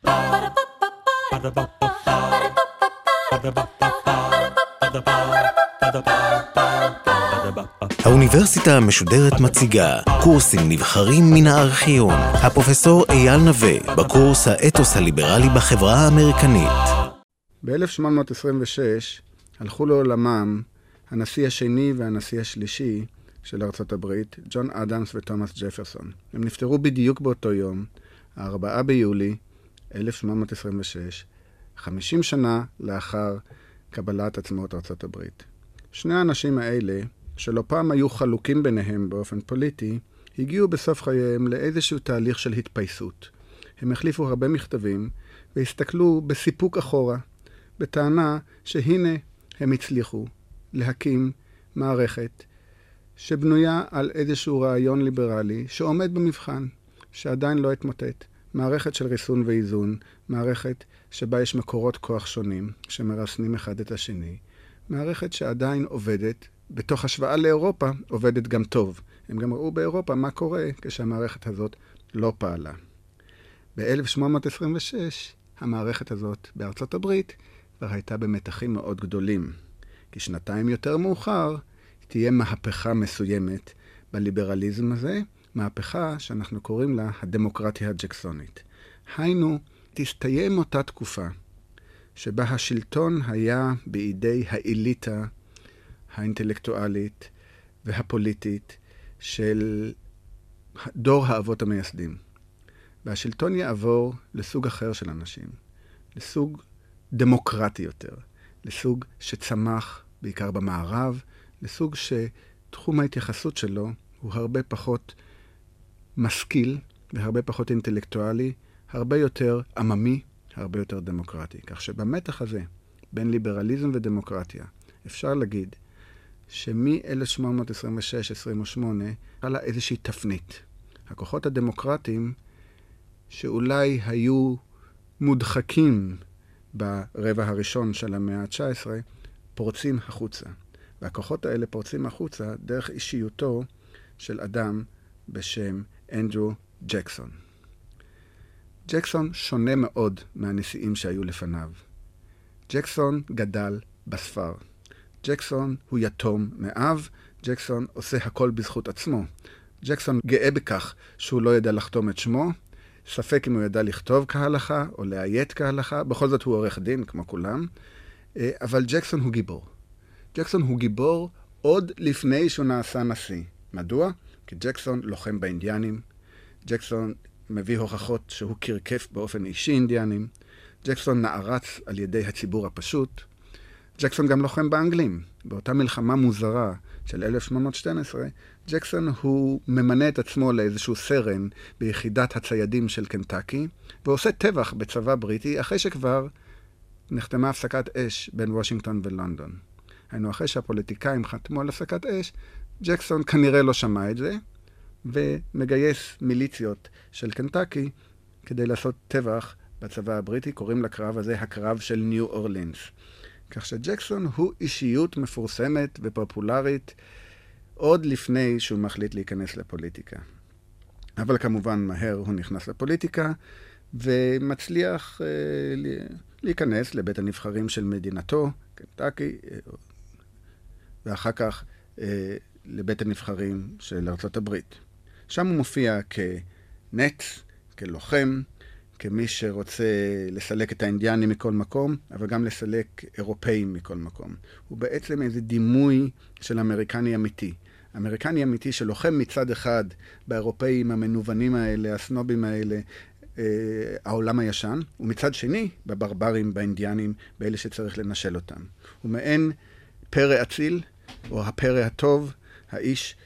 האוניברסיטה המשודרת מציגה קורסים נבחרים מן הארכיון. הפרופסור אייל נווה בקורס האתוס הליברלי בחברה האמריקנית. ב-1826 הלכו לעולמם הנשיא השני והנשיא השלישי של ארצות הברית, ג'ון אדמס ותומאס ג'פרסון. הם נפטרו בדיוק באותו יום, 4 ביולי 1826, 50 שנה לאחר קבלת עצמאות ארצות הברית. שני האנשים האלה, שלא פעם היו חלוקים ביניהם באופן פוליטי, הגיעו בסוף חייהם לאיזשהו תהליך של התפייסות. הם החליפו הרבה מכתבים והסתכלו בסיפוק אחורה, בטענה שהנה הם הצליחו להקים מערכת שבנויה על איזשהו רעיון ליברלי שעומד במבחן, שעדיין לא התמוטט. מערכת של ריסון ואיזון, מערכת שבה יש מקורות כוח שונים שמרסנים אחד את השני, מערכת שעדיין עובדת, בתוך השוואה לאירופה עובדת גם טוב. הם גם ראו באירופה מה קורה כשהמערכת הזאת לא פעלה. ב-1826 המערכת הזאת בארצות הברית כבר הייתה במתחים מאוד גדולים. כי שנתיים יותר מאוחר תהיה מהפכה מסוימת בליברליזם הזה, מהפכה שאנחנו קוראים לה הדמוקרטיה הג'קסונית. היינו, תסתיים אותה תקופה שבה השלטון היה בידי האליטה האינטלקטואלית והפוליטית של דור האבות המייסדים. והשלטון יעבור לסוג אחר של אנשים, לסוג דמוקרטי יותר, לסוג שצמח בעיקר במערב, לסוג שתחום ההתייחסות שלו הוא הרבה פחות משכיל והרבה פחות אינטלקטואלי, הרבה יותר עממי, הרבה יותר דמוקרטי. כך שבמתח הזה, בין ליברליזם ודמוקרטיה, אפשר להגיד שמ-1826-28 חלה איזושהי תפנית. הכוחות הדמוקרטיים שאולי היו מודחקים ברבע הראשון של המאה ה-19, פורצים החוצה. והכוחות האלה פורצים החוצה דרך אישיותו של אדם בשם אנדרו ג'קסון. ג'קסון שונה מאוד מהנשיאים שהיו לפניו. ג'קסון גדל בספר. ג'קסון הוא יתום מאב, ג'קסון עושה הכל בזכות עצמו. ג'קסון גאה בכך שהוא לא ידע לחתום את שמו, ספק אם הוא ידע לכתוב כהלכה או לאיית כהלכה, בכל זאת הוא עורך דין כמו כולם, אבל ג'קסון הוא גיבור. ג'קסון הוא גיבור עוד לפני שהוא נעשה נשיא. מדוע? כי ג'קסון לוחם באינדיאנים, ג'קסון מביא הוכחות שהוא קרקף באופן אישי אינדיאנים, ג'קסון נערץ על ידי הציבור הפשוט, ג'קסון גם לוחם באנגלים. באותה מלחמה מוזרה של 1812, ג'קסון הוא ממנה את עצמו לאיזשהו סרן ביחידת הציידים של קנטקי, ועושה טבח בצבא בריטי אחרי שכבר נחתמה הפסקת אש בין וושינגטון ולונדון. היינו אחרי שהפוליטיקאים חתמו על הפסקת אש, ג'קסון כנראה לא שמע את זה, ומגייס מיליציות של קנטקי כדי לעשות טבח בצבא הבריטי. קוראים לקרב הזה הקרב של ניו אורלינס. כך שג'קסון הוא אישיות מפורסמת ופופולרית עוד לפני שהוא מחליט להיכנס לפוליטיקה. אבל כמובן מהר הוא נכנס לפוליטיקה ומצליח להיכנס לבית הנבחרים של מדינתו, קנטקי, ואחר כך לבית הנבחרים של ארצות הברית. שם הוא מופיע כנץ, כלוחם, כמי שרוצה לסלק את האינדיאנים מכל מקום, אבל גם לסלק אירופאים מכל מקום. הוא בעצם איזה דימוי של אמריקני אמיתי. אמריקני אמיתי שלוחם מצד אחד באירופאים המנוונים האלה, הסנובים האלה, העולם הישן, ומצד שני בברברים, באינדיאנים, באלה שצריך לנשל אותם. הוא מעין פרא אציל, או הפרא הטוב, האיש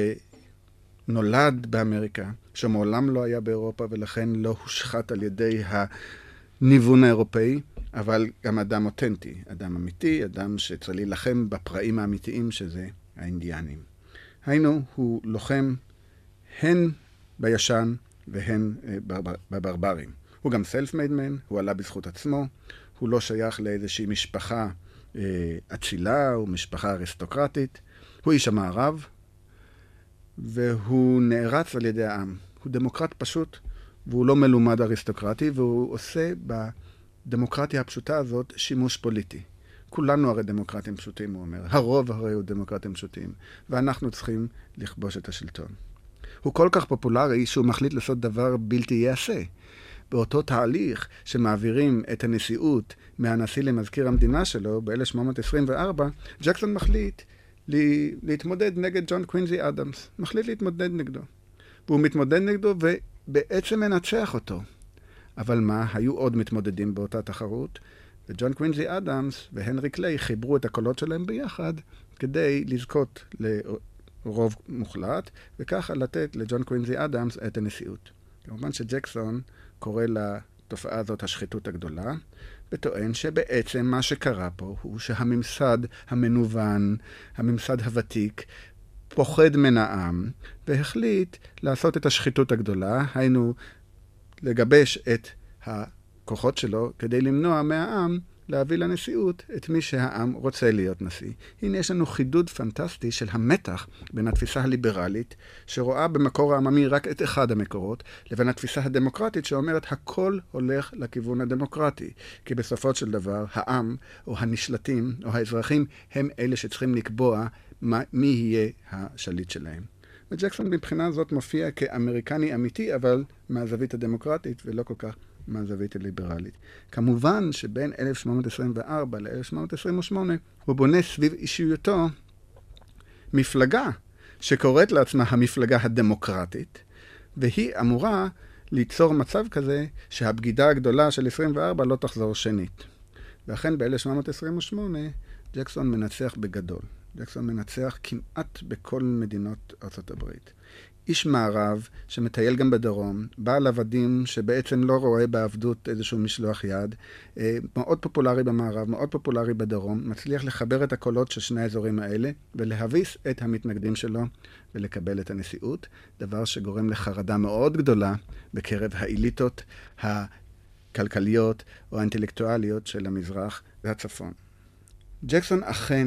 שנולד באמריקה, שמעולם לא היה באירופה ולכן לא הושחת על ידי הניוון האירופאי, אבל גם אדם אותנטי, אדם אמיתי, אדם שצריך להילחם בפראים האמיתיים שזה האינדיאנים. היינו, הוא לוחם הן בישן והן בברברים. הוא גם self-made man, הוא עלה בזכות עצמו, הוא לא שייך לאיזושהי משפחה אצילה או משפחה אריסטוקרטית, הוא איש המערב, והוא נערץ על ידי העם. הוא דמוקרט פשוט, והוא לא מלומד אריסטוקרטי, והוא עושה בדמוקרטיה הפשוטה הזאת שימוש פוליטי. כולנו הרי דמוקרטים פשוטים, הוא אומר. הרוב הרי הוא דמוקרטים פשוטים, ואנחנו צריכים לכבוש את השלטון. הוא כל כך פופולרי שהוא מחליט לעשות דבר בלתי ייעשה. באותו תהליך שמעבירים את הנשיאות מהנשיא למזכיר המדינה שלו ב-1824, ג'קסון מחליט להתמודד נגד ג'ון קווינזי אדמס. מחליט להתמודד נגדו. והוא מתמודד נגדו ובעצם מנצח אותו. אבל מה? היו עוד מתמודדים באותה תחרות, וג'ון קווינזי אדמס והנרי קליי חיברו את הקולות שלהם ביחד כדי לזכות לרוב מוחלט, וככה לתת לג'ון קווינזי אדמס את הנשיאות. כמובן שג'קסון קורא לתופעה הזאת השחיתות הגדולה, וטוען שבעצם מה שקרה פה הוא שהממסד המנוון, הממסד הוותיק, פוחד מן העם, והחליט לעשות את השחיתות הגדולה, היינו לגבש את הכוחות שלו כדי למנוע מהעם להביא לנשיאות את מי שהעם רוצה להיות נשיא. הנה יש לנו חידוד פנטסטי של המתח בין התפיסה הליברלית, שרואה במקור העממי רק את אחד המקורות, לבין התפיסה הדמוקרטית שאומרת הכל הולך לכיוון הדמוקרטי. כי בסופו של דבר העם או הנשלטים או האזרחים הם אלה שצריכים לקבוע מי יהיה השליט שלהם. וג'קסון מבחינה הזאת מופיע כאמריקני אמיתי, אבל מהזווית הדמוקרטית ולא כל כך מהזווית הליברלית. כמובן שבין 1824 ל-1828 הוא בונה סביב אישיותו מפלגה שקוראת לעצמה המפלגה הדמוקרטית, והיא אמורה ליצור מצב כזה שהבגידה הגדולה של 24 לא תחזור שנית. ואכן ב-1828 ג'קסון מנצח בגדול. ג'קסון מנצח כמעט בכל מדינות ארצות הברית. איש מערב שמטייל גם בדרום, בעל עבדים שבעצם לא רואה בעבדות איזשהו משלוח יד, מאוד פופולרי במערב, מאוד פופולרי בדרום, מצליח לחבר את הקולות של שני האזורים האלה ולהביס את המתנגדים שלו ולקבל את הנשיאות, דבר שגורם לחרדה מאוד גדולה בקרב האליטות הכלכליות או האינטלקטואליות של המזרח והצפון. ג'קסון אכן,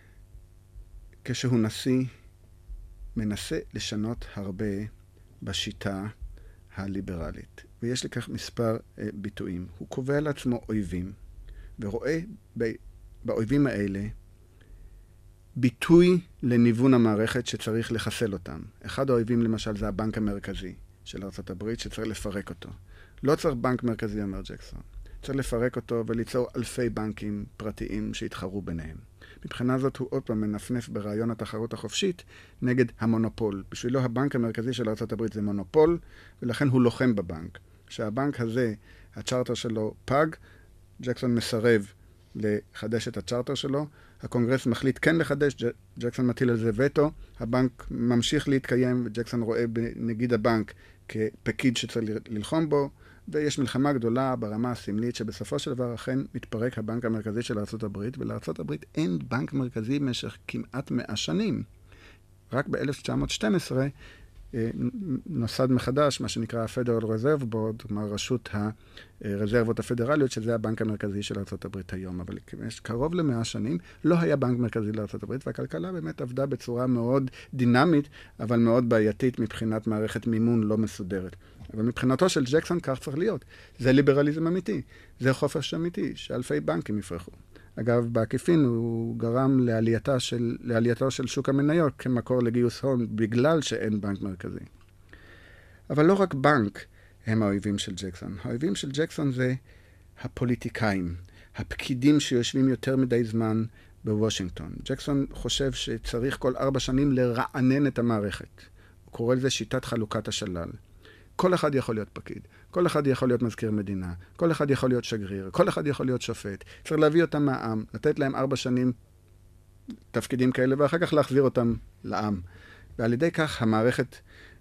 כשהוא נשיא, מנסה לשנות הרבה בשיטה הליברלית. ויש לכך מספר ביטויים. הוא קובע לעצמו אויבים, ורואה באויבים האלה ביטוי לניוון המערכת שצריך לחסל אותם. אחד האויבים למשל זה הבנק המרכזי של ארצות הברית שצריך לפרק אותו. לא צריך בנק מרכזי, אומר ג'קסון. צריך לפרק אותו וליצור אלפי בנקים פרטיים שיתחרו ביניהם. מבחינה זאת הוא עוד פעם מנפנף ברעיון התחרות החופשית נגד המונופול. בשבילו הבנק המרכזי של ארצות הברית זה מונופול, ולכן הוא לוחם בבנק. כשהבנק הזה, הצ'רטר שלו פג, ג'קסון מסרב לחדש את הצ'רטר שלו, הקונגרס מחליט כן לחדש, ג'קסון מטיל על זה וטו, הבנק ממשיך להתקיים, וג'קסון רואה בנגיד הבנק כפקיד שצריך ללחום בו, ויש מלחמה גדולה ברמה הסמלית שבסופו של דבר אכן מתפרק הבנק המרכזי של ארצות הברית, ולארצות הברית אין בנק מרכזי במשך כמעט 100 שנים. רק ב-1912 נוסד מחדש מה שנקרא ה-Federal Reserve Board, כלומר רשות הרזרבות הפדרליות, שזה הבנק המרכזי של ארצות הברית היום. אבל קרוב ל100 שנים לא היה בנק מרכזי לארצות הברית, והכלכלה באמת עבדה בצורה מאוד דינמית, אבל מאוד בעייתית מבחינת מערכת מימון לא מסודרת. אבל מבחינתו של ג'קסון כך צריך להיות. זה ליברליזם אמיתי, זה חופש אמיתי, שאלפי בנקים יפרחו. אגב, בעקיפין הוא גרם לעלייתו של שוק המניות כמקור לגיוס הון, בגלל שאין בנק מרכזי. אבל לא רק בנק הם האויבים של ג'קסון. האויבים של ג'קסון זה הפוליטיקאים, הפקידים שיושבים יותר מדי זמן בוושינגטון. ג'קסון חושב שצריך כל 4 שנים לרענן את המערכת. הוא קורא לזה שיטת חלוקת השלל. כל אחד יכול להיות פקיד, כל אחד יכול להיות מזכיר מדינה, כל אחד יכול להיות שגריר, כל אחד יכול להיות שופט. צריך להביא אותם מהעם, לתת להם 4 שנים תפקידים כאלה, ואחר כך להחזיר אותם לעם. ועל ידי כך המערכת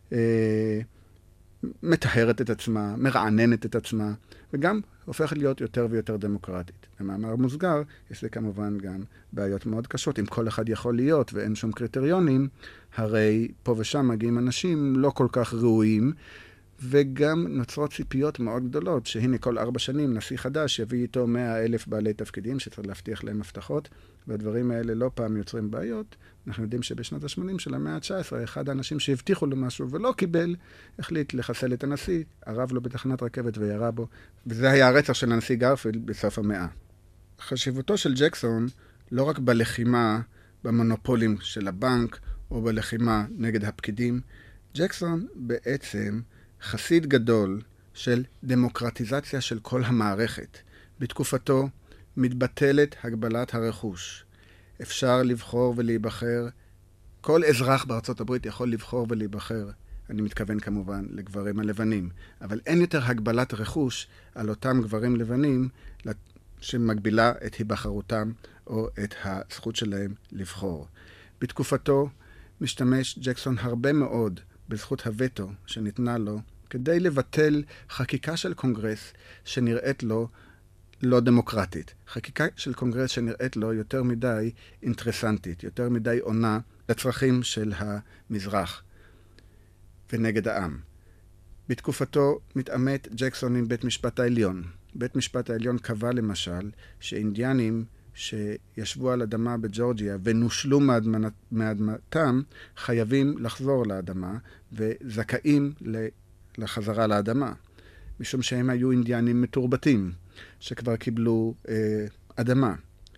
מטהרת את עצמה, מרעננת את עצמה, וגם הופכת להיות יותר ויותר דמוקרטית. במאמר מוסגר, יש לי כמובן גם בעיות מאוד קשות. אם כל אחד יכול להיות ואין שום קריטריונים, הרי פה ושם מגיעים אנשים לא כל כך ראויים, וגם נוצרות ציפיות מאוד גדולות, שהנה כל 4 שנים נשיא חדש יביא איתו 100,000 בעלי תפקידים שצריך להבטיח להם הבטחות, והדברים האלה לא פעם יוצרים בעיות. אנחנו יודעים שבשנות ה-80 של המאה ה-19, אחד האנשים שהבטיחו לו משהו ולא קיבל, החליט לחסל את הנשיא, ערב לו בתחנת רכבת וירה בו, וזה היה הרצח של הנשיא גרפילד בסוף המאה. חשיבותו של ג'קסון לא רק בלחימה במונופולים של הבנק, או בלחימה נגד הפקידים, ג'קסון בעצם חסיד גדול של דמוקרטיזציה של כל המערכת. בתקופתו מתבטלת הגבלת הרכוש. אפשר לבחור ולהיבחר. כל אזרח בארצות הברית יכול לבחור ולהיבחר. אני מתכוון כמובן לגברים הלבנים. אבל אין יותר הגבלת רכוש על אותם גברים לבנים שמגבילה את היבחרותם או את הזכות שלהם לבחור. בתקופתו משתמש ג'קסון הרבה מאוד בזכות הווטו שניתנה לו כדי לבטל חקיקה של קונגרס שנראית לו לא דמוקרטית. חקיקה של קונגרס שנראית לו יותר מדי אינטרסנטית, יותר מדי עונה לצרכים של המזרח ונגד העם. בתקופתו מתעמת ג'קסון עם בית משפט העליון. בית משפט העליון קבע למשל שאינדיאנים שישבו על אדמה בג'ורג'יה ונושלו מאדמתם חייבים לחזור לאדמה וזכאים לחזרה לאדמה, משום שהם היו אינדיאנים מתורבתים שכבר קיבלו אדמה.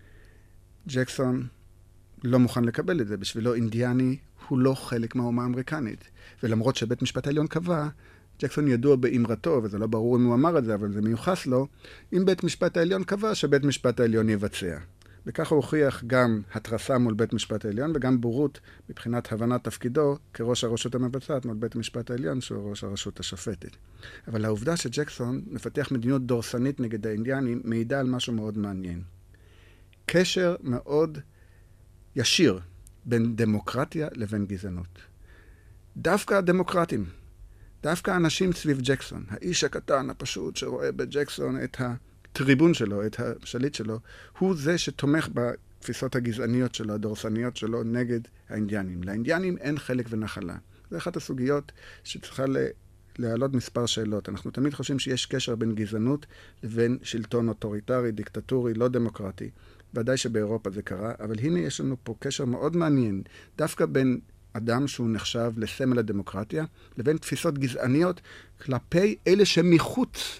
ג'קסון לא מוכן לקבל את זה. בשבילו אינדיאני הוא לא חלק מהאומה האמריקנית. ולמרות שבית משפט העליון קבע, ג'קסון ידוע באמרתו, וזה לא ברור אם הוא אמר את זה, אבל זה מיוחס לו, אם בית משפט העליון קבע שבית משפט העליון יבצע. וכך הוא הוכיח גם התרסה מול בית משפט העליון, וגם בורות מבחינת הבנת תפקידו כראש הרשות המבצעת מול בית משפט העליון, שהוא ראש הרשות השופטת. אבל העובדה שג'קסון מפתח מדיניות דורסנית נגד האינדיאנים, מעידה על משהו מאוד מעניין. קשר מאוד ישיר בין דמוקרטיה לבין גזענות. דווקא הדמוקרטים, דווקא האנשים סביב ג'קסון, האיש הקטן הפשוט שרואה בג'קסון את הטריבון שלו, את השליט שלו, הוא זה שתומך בתפיסות הגזעניות שלו, הדורסניות שלו, נגד האינדיאנים. לאינדיאנים אין חלק ונחלה. זו אחת הסוגיות שצריכה להעלות מספר שאלות. אנחנו תמיד חושבים שיש קשר בין גזענות לבין שלטון אוטוריטרי, דיקטטורי, לא דמוקרטי. ודאי שבאירופה זה קרה, אבל הנה יש לנו פה קשר מאוד מעניין, דווקא בין אדם שהוא נחשב לסמל הדמוקרטיה, לבין תפיסות גזעניות כלפי אלה שמחוץ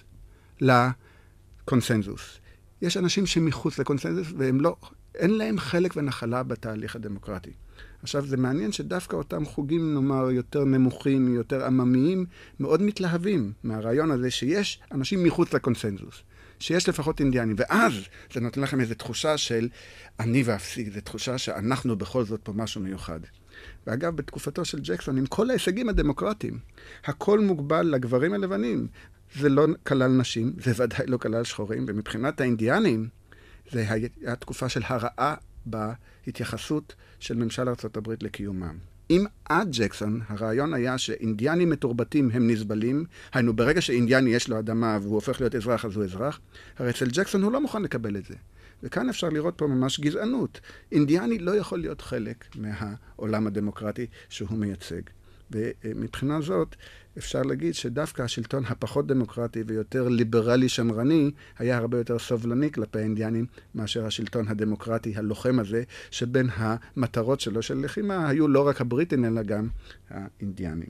לקונסנזוס. יש אנשים שמחוץ לקונסנזוס והם לא, אין להם חלק ונחלה בתהליך הדמוקרטי. עכשיו זה מעניין שדווקא אותם חוגים, נאמר, יותר נמוכים, יותר עממיים, מאוד מתלהבים מהרעיון הזה שיש אנשים מחוץ לקונסנזוס. שיש לפחות אינדיאנים, ואז זה נותן לכם איזו תחושה של אני ואפסי, זו תחושה שאנחנו בכל זאת פה משהו מיוחד. ואגב, בתקופתו של ג'קסון, עם כל ההישגים הדמוקרטיים, הכל מוגבל לגברים הלבנים. זה לא כלל נשים, זה ודאי לא כלל שחורים, ומבחינת האינדיאנים, זה היה תקופה של הרעה בהתייחסות של ממשל ארצות הברית לקיומם. אם עד ג'קסון, הרעיון היה שאינדיאנים מתורבתים הם נסבלים, היינו ברגע שאינדיאני יש לו אדמה והוא הופך להיות אזרח, אז הוא אזרח, הרי אצל ג'קסון הוא לא מוכן לקבל את זה. וכאן אפשר לראות פה ממש גזענות. אינדיאני לא יכול להיות חלק מהעולם הדמוקרטי שהוא מייצג. ומבחינה זאת אפשר להגיד שדווקא השלטון הפחות דמוקרטי ויותר ליברלי שמרני היה הרבה יותר סובלני כלפי האינדיאנים מאשר השלטון הדמוקרטי הלוחם הזה, שבין המטרות שלו של לחימה היו לא רק הבריטים אלא גם האינדיאנים.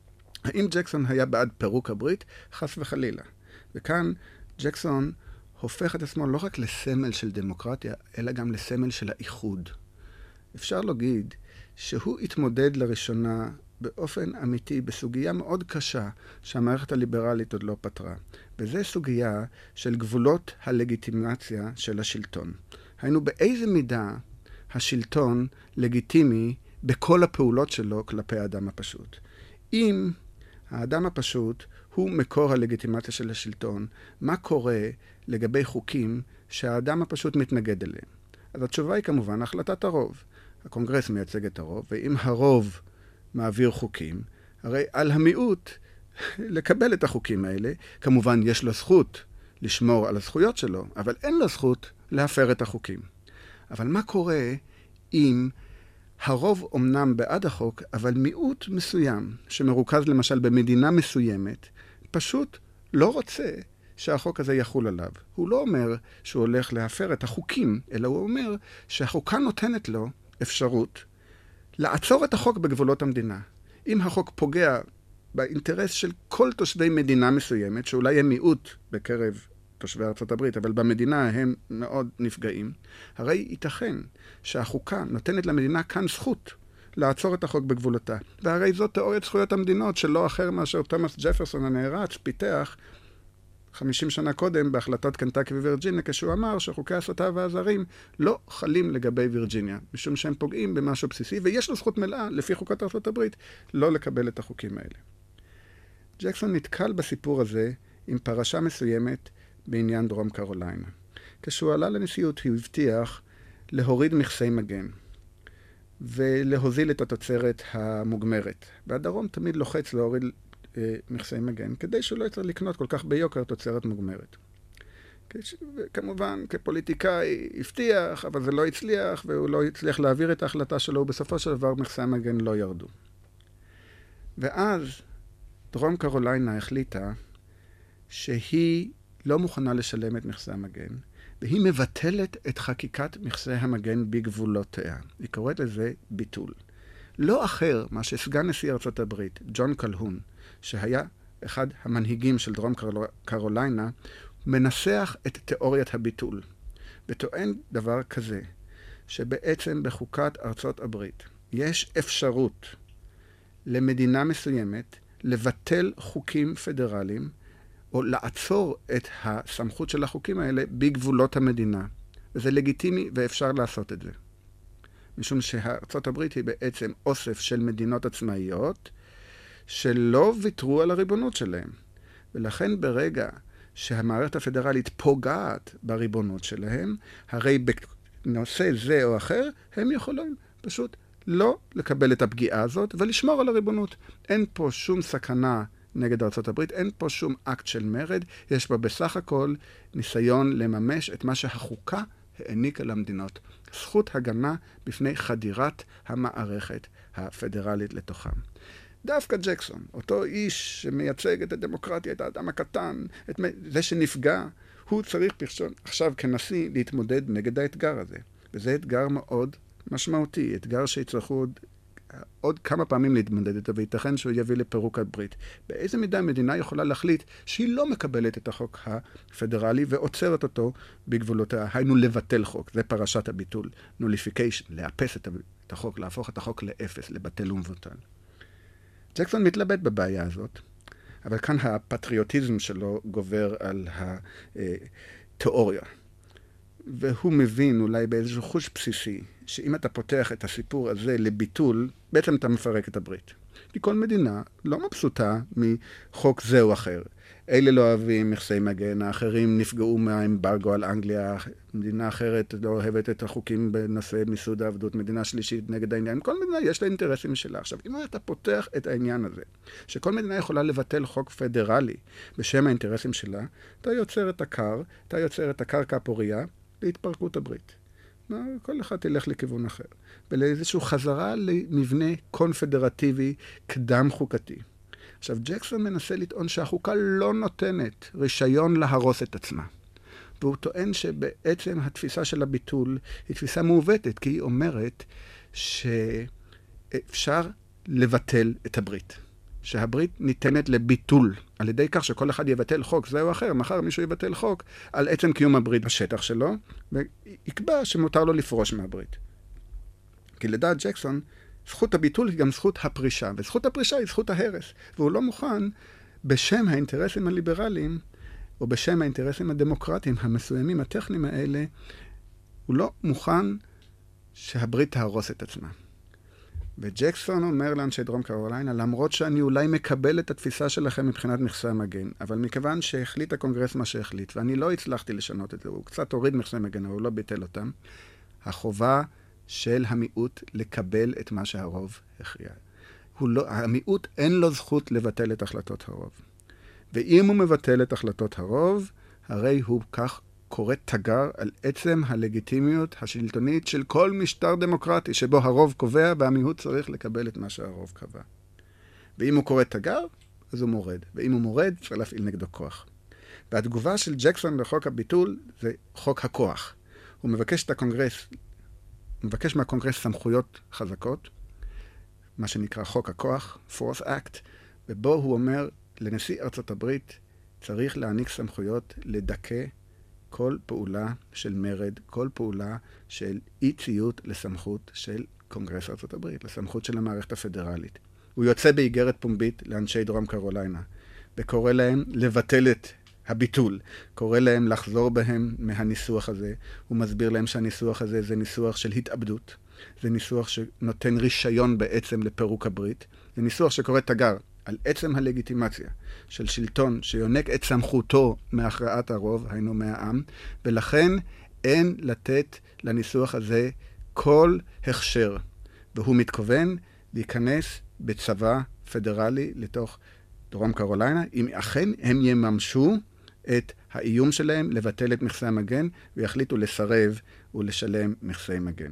האם ג'קסון היה בעד פירוק הברית? חס וחלילה. וכאן ג'קסון הופך את עצמו לא רק לסמל של דמוקרטיה, אלא גם לסמל של האיחוד. אפשר להגיד שהוא התמודד לראשונה באופן אמיתי בסוגיה מאוד קשה שהמערכת הליברלית עוד לא פתרה. וזו סוגיה של גבולות הלגיטימציה של השלטון. היינו באיזה מידה השלטון לגיטימי בכל הפעולות שלו כלפי האדם הפשוט. אם האדם הפשוט הוא מקור הלגיטימציה של השלטון, מה קורה לגבי חוקים שהאדם הפשוט מתנגד אליהם? אז התשובה היא כמובן החלטת הרוב. הקונגרס מייצג את הרוב, ואם הרוב מעביר חוקים, הרי על המיעוט לקבל את החוקים האלה. כמובן יש לו זכות לשמור על הזכויות שלו, אבל אין לו זכות להפר את החוקים. אבל מה קורה אם הרוב אומנם בעד החוק, אבל מיעוט מסוים, שמרוכז למשל במדינה מסוימת, פשוט לא רוצה שהחוק הזה יחול עליו. הוא לא אומר שהוא הולך להפר את החוקים, אלא הוא אומר שהחוקה נותנת לו אפשרות לעצור את החוק בגבולות המדינה. אם החוק פוגע באינטרס של כל תושבי מדינה מסוימת, שאולי הם מיעוט בקרב תושבי ארצות הברית, אבל במדינה הם מאוד נפגעים, הרי ייתכן שהחוקה נותנת למדינה כאן זכות לעצור את החוק בגבולתה. והרי זאת תיאוריית זכויות המדינות, שלא אחר מאשר תומאס ג'פרסון הנערץ פיתח 50 שנה קודם בהחלטות קנטקי ווירג'יניה, כשהוא אמר שחוקי הסתה והזרים לא חלים לגבי וירג'יניה, משום שהם פוגעים במשהו בסיסי, ויש לו זכות מלאה, לפי חוקות ארצות הברית, לא לקבל את החוקים האלה. ג'קסון נתקל בסיפור הזה עם פרשה מסוימת בעניין דרום קרוליינה. כשהוא עלה לנשיאות, הוא הבטיח להוריד מכסי מגן ולהוזיל את התוצרת המוגמרת. והדרום תמיד לוחץ להוריד מכסי מגן, כדי שהוא לא יצטרך לקנות כל כך ביוקר תוצרת מוגמרת. כמובן, כפוליטיקאי הבטיח, אבל זה לא הצליח, והוא לא הצליח להעביר את ההחלטה שלו, ובסופו של דבר מכסי המגן לא ירדו. ואז דרום קרוליינה החליטה שהיא לא מוכנה לשלם את מכסי המגן, והיא מבטלת את חקיקת מכסי המגן בגבולותיה. היא קוראת לזה ביטול. לא אחר מה שסגן נשיא ארצות הברית, ג'ון קלהון, שהיה אחד המנהיגים של דרום קרוליינה, מנסח את תיאוריית הביטול, וטוען דבר כזה, שבעצם בחוקת ארצות הברית יש אפשרות למדינה מסוימת לבטל חוקים פדרליים, או לעצור את הסמכות של החוקים האלה בגבולות המדינה. וזה לגיטימי ואפשר לעשות את זה. משום שארצות הברית היא בעצם אוסף של מדינות עצמאיות, שלא ויתרו על הריבונות שלהם. ולכן ברגע שהמערכת הפדרלית פוגעת בריבונות שלהם, הרי בנושא זה או אחר, הם יכולים פשוט לא לקבל את הפגיעה הזאת ולשמור על הריבונות. אין פה שום סכנה נגד ארצות הברית, אין פה שום אקט של מרד, יש פה בסך הכל ניסיון לממש את מה שהחוקה העניקה למדינות. זכות הגנה בפני חדירת המערכת הפדרלית לתוכם. דווקא ג'קסון, אותו איש שמייצג את הדמוקרטיה, את האדם הקטן, את זה שנפגע, הוא צריך עכשיו כנשיא להתמודד נגד האתגר הזה. וזה אתגר מאוד משמעותי, אתגר שיצטרכו עוד כמה פעמים להתמודד איתו, וייתכן שהוא יביא לפירוק הברית. באיזה מידה המדינה יכולה להחליט שהיא לא מקבלת את החוק הפדרלי ועוצרת אותו בגבולותיה. היינו לבטל חוק, זה פרשת הביטול, נוליפיקיישן, לאפס את החוק, להפוך את החוק לאפס, לבטל ומבוטל. ג'קסון מתלבט בבעיה הזאת, אבל כאן הפטריוטיזם שלו גובר על התיאוריה. והוא מבין אולי באיזשהו חוש בסיסי, שאם אתה פותח את הסיפור הזה לביטול, בעצם אתה מפרק את הברית. כי כל מדינה לא מבסוטה מחוק זה או אחר. אלה לא אוהבים מכסי מגן, האחרים נפגעו מהאמברגו על אנגליה, מדינה אחרת לא אוהבת את החוקים בנושא מיסוד העבדות, מדינה שלישית נגד העניין. כל מדינה יש לה אינטרסים שלה. עכשיו, אם אתה פותח את העניין הזה, שכל מדינה יכולה לבטל חוק פדרלי בשם האינטרסים שלה, אתה יוצר את הקרקע הפוריה להתפרקות הברית. כל אחד תלך לכיוון אחר. ולאיזשהו חזרה למבנה קונפדרטיבי קדם חוקתי. עכשיו, ג'קסון מנסה לטעון שהחוקה לא נותנת רישיון להרוס את עצמה. והוא טוען שבעצם התפיסה של הביטול היא תפיסה מעוותת, כי היא אומרת שאפשר לבטל את הברית. שהברית ניתנת לביטול, על ידי כך שכל אחד יבטל חוק זה או אחר, מחר מישהו יבטל חוק על עצם קיום הברית בשטח שלו, ויקבע שמותר לו לפרוש מהברית. כי לדעת ג'קסון, זכות הביטול היא גם זכות הפרישה, וזכות הפרישה היא זכות ההרס, והוא לא מוכן בשם האינטרסים הליברליים, או בשם האינטרסים הדמוקרטיים המסוימים, הטכניים האלה, הוא לא מוכן שהברית תהרוס את עצמה. וג'קסון אומר לאנשי דרום קרוליינה, למרות שאני אולי מקבל את התפיסה שלכם מבחינת מכסי המגן, אבל מכיוון שהחליט הקונגרס מה שהחליט, ואני לא הצלחתי לשנות את זה, הוא קצת הוריד מכסי מגן, אבל הוא לא ביטל אותם, החובה של המיעוט לקבל את מה שהרוב הכריע. המיעוט אין לו זכות לבטל את החלטות הרוב. ואם הוא מבטל את החלטות הרוב, הרי הוא כך קורא תגר על עצם הלגיטימיות השלטונית של כל משטר דמוקרטי, שבו הרוב קובע והמיעוט צריך לקבל את מה שהרוב קבע. ואם הוא קורא תגר, אז הוא מורד. ואם הוא מורד, צריך להפעיל נגדו כוח. והתגובה של ג'קסון לחוק הביטול זה חוק הכוח. הוא מבקש מהקונגרס סמכויות חזקות, מה שנקרא חוק הכוח, Fourth Act, ובו הוא אומר לנשיא ארצות הברית, צריך להעניק סמכויות לדכא כל פעולה של מרד, כל פעולה של אי ציות לסמכות של קונגרס ארצות הברית, לסמכות של המערכת הפדרלית. הוא יוצא באיגרת פומבית לאנשי דרום קרוליינה, וקורא להם לבטל את הביטול, קורא להם לחזור בהם מהניסוח הזה. הוא מסביר להם שהניסוח הזה זה ניסוח של התאבדות, זה ניסוח שנותן רישיון בעצם לפירוק הברית, זה ניסוח שקורא תגר על עצם הלגיטימציה של שלטון שיונק את סמכותו מהכרעת הרוב, היינו מהעם, ולכן אין לתת לניסוח הזה כל הכשר. והוא מתכוון להיכנס בצבא פדרלי לתוך דרום קרוליינה, אם אכן הם יממשו את האיום שלהם לבטל את מכסי המגן, ויחליטו לסרב ולשלם מכסי מגן.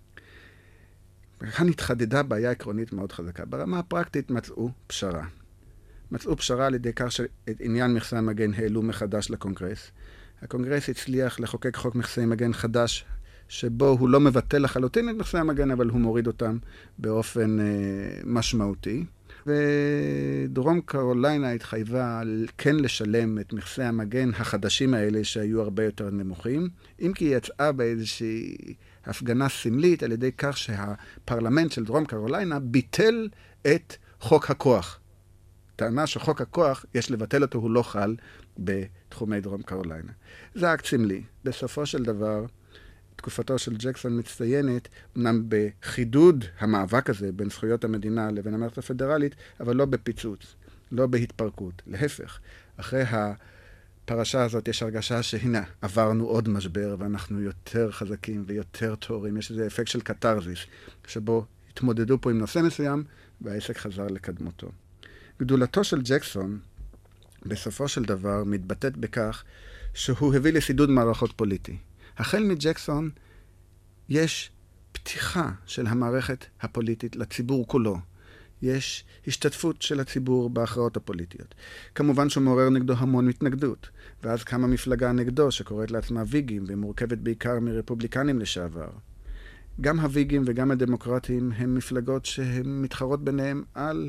כאן התחדדה בעיה עקרונית מאוד חזקה. ברמה הפרקטית מצאו פשרה. מצאו פשרה על ידי כך שאת עניין מכסי המגן העלו מחדש לקונגרס. הקונגרס הצליח לחוקק חוק מכסי מגן חדש, שבו הוא לא מבטל לחלוטין את מכסי המגן, אבל הוא מוריד אותם באופן משמעותי. ודרום קרוליינה התחייבה כן לשלם את מכסי המגן החדשים האלה שהיו הרבה יותר נמוכים, אם כי היא יצאה באיזושהי הפגנה סמלית על ידי כך שהפרלמנט של דרום קרוליינה ביטל את חוק הכוח. טענה שחוק הכוח, יש לבטל אותו, הוא לא חל בתחומי דרום קרוליינה. זה אקט סמלי. בסופו של דבר, תקופתו של ג'קסון מצטיינת, אמנם בחידוד המאבק הזה בין זכויות המדינה לבין המערכת הפדרלית, אבל לא בפיצוץ, לא בהתפרקות. להפך, אחרי הפרשה הזאת יש הרגשה שהנה, עברנו עוד משבר ואנחנו יותר חזקים ויותר תורים. יש איזה אפקט של קטרזיס, שבו התמודדו פה עם נושא מסוים והעסק חזר לקדמותו. גדולתו של ג'קסון בסופו של דבר מתבטאת בכך שהוא הביא לסידוד מערכות פוליטי. החל מג'קסון יש פתיחה של המערכת הפוליטית לציבור כולו. יש השתתפות של הציבור בהכרעות הפוליטיות. כמובן שהוא מעורר נגדו המון מתנגדות, ואז קמה מפלגה נגדו שקוראת לעצמה ויגים ומורכבת בעיקר מרפובליקנים לשעבר. גם הוויגים וגם הדמוקרטים הם מפלגות שהן מתחרות ביניהם על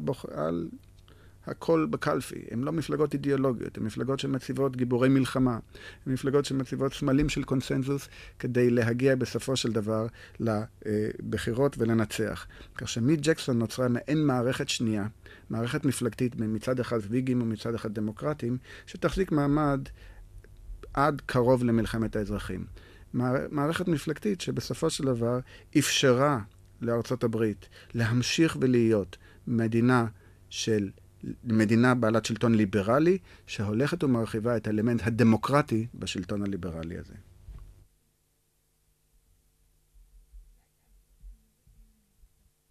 הכל בקלפי. הן לא מפלגות אידיאולוגיות, הן מפלגות שמציבות גיבורי מלחמה. הן מפלגות שמציבות סמלים של קונסנזוס כדי להגיע בסופו של דבר לבחירות ולנצח. כך שמג'קסון נוצרה מעין מערכת שנייה, מערכת מפלגתית מצד אחד ויגים ומצד אחד דמוקרטים, שתחזיק מעמד עד קרוב למלחמת האזרחים. מערכת מפלגתית שבסופו של דבר אפשרה לארצות הברית להמשיך ולהיות מדינה בעלת שלטון ליברלי, שהולכת ומרחיבה את האלמנט הדמוקרטי בשלטון הליברלי הזה.